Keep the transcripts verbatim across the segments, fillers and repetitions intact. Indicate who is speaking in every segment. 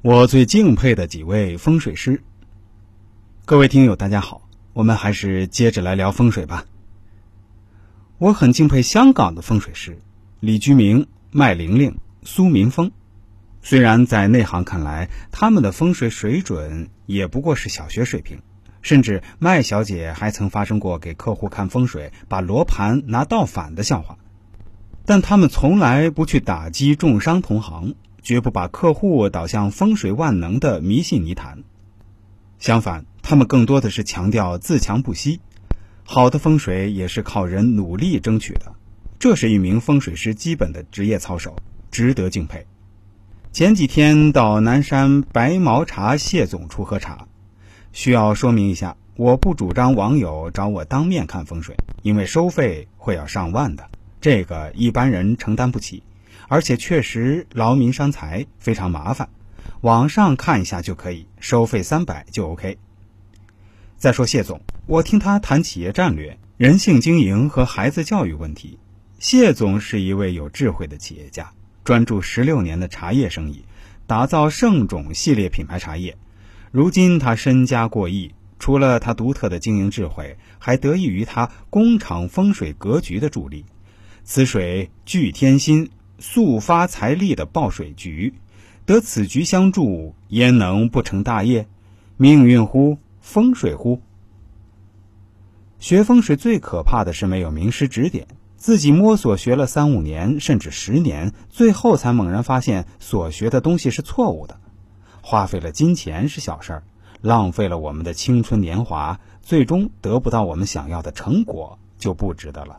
Speaker 1: 我最敬佩的几位风水师。各位听友大家好，我们还是接着来聊风水吧。我很敬佩香港的风水师李居明、麦玲玲、苏民峰。虽然在内行看来，他们的风水水准也不过是小学水平，甚至麦小姐还曾发生过给客户看风水把罗盘拿倒反的笑话，但他们从来不去打击重伤同行，绝不把客户导向风水万能的迷信泥潭。相反，他们更多的是强调自强不息，好的风水也是靠人努力争取的，这是一名风水师基本的职业操守，值得敬佩。前几天到南山白毛茶谢总处喝茶，需要说明一下，我不主张网友找我当面看风水，因为收费会要上万的，这个一般人承担不起，而且确实劳民伤财，非常麻烦。网上看一下就可以，收费三百就 OK。 再说谢总，我听他谈企业战略、人性经营和孩子教育问题。谢总是一位有智慧的企业家，专注十六年的茶叶生意，打造圣种系列品牌茶叶。如今他身家过亿，除了他独特的经营智慧，还得益于他工厂风水格局的助力。此水聚天心，速发财力的报水局，得此局相助，焉能不成大业？命运乎？风水乎？学风水最可怕的是没有名师指点，自己摸索学了三五年甚至十年，最后才猛然发现所学的东西是错误的。花费了金钱是小事儿，浪费了我们的青春年华，最终得不到我们想要的成果，就不值得了。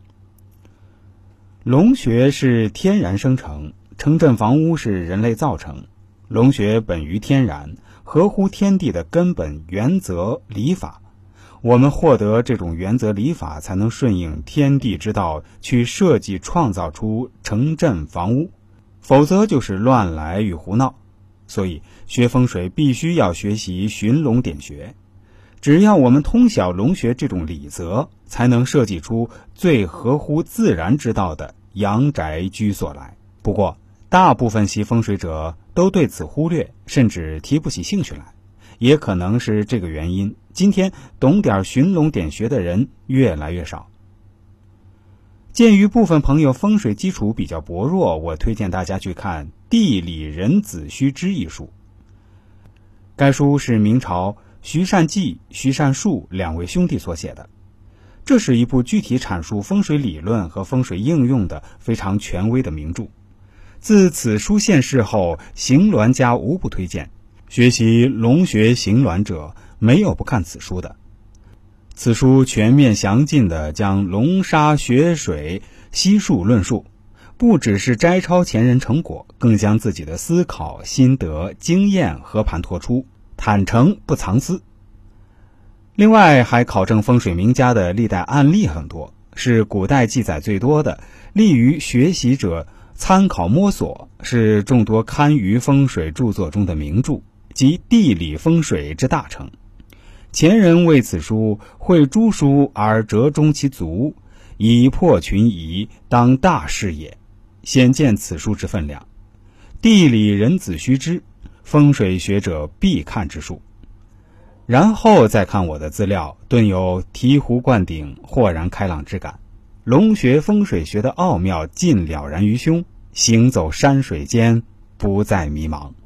Speaker 1: 龙穴是天然生成，城镇房屋是人类造成。龙穴本于天然，合乎天地的根本原则理法。我们获得这种原则理法，才能顺应天地之道去设计创造出城镇房屋，否则就是乱来与胡闹。所以学风水必须要学习寻龙点穴，只要我们通晓龙穴这种理则，才能设计出最合乎自然之道的阳宅居所来。不过大部分习风水者都对此忽略，甚至提不起兴趣来，也可能是这个原因，今天懂点寻龙点穴的人越来越少。鉴于部分朋友风水基础比较薄弱，我推荐大家去看《地理人子虚之》一书。该书是明朝徐善记、徐善树两位兄弟所写的，这是一部具体阐述风水理论和风水应用的非常权威的名著。自此书现世后，行峦家无不推荐，学习龙穴行峦者没有不看此书的。此书全面详尽地将龙沙穴水悉数论述，不只是摘抄前人成果，更将自己的思考、心得、经验和盘托出，坦诚不藏私。另外还考证风水名家的历代案例很多，是古代记载最多的，利于学习者参考摸索，是众多堪舆风水著作中的名著，即地理风水之大成。前人为此书绘诸书而折中其足，以破群疑，当大事也，显见此书之分量。地理人子须知，风水学者必看之书。然后再看我的资料，顿有醍醐灌顶、豁然开朗之感。龙穴风水学的奥妙尽了然于胸，行走山水间，不再迷茫。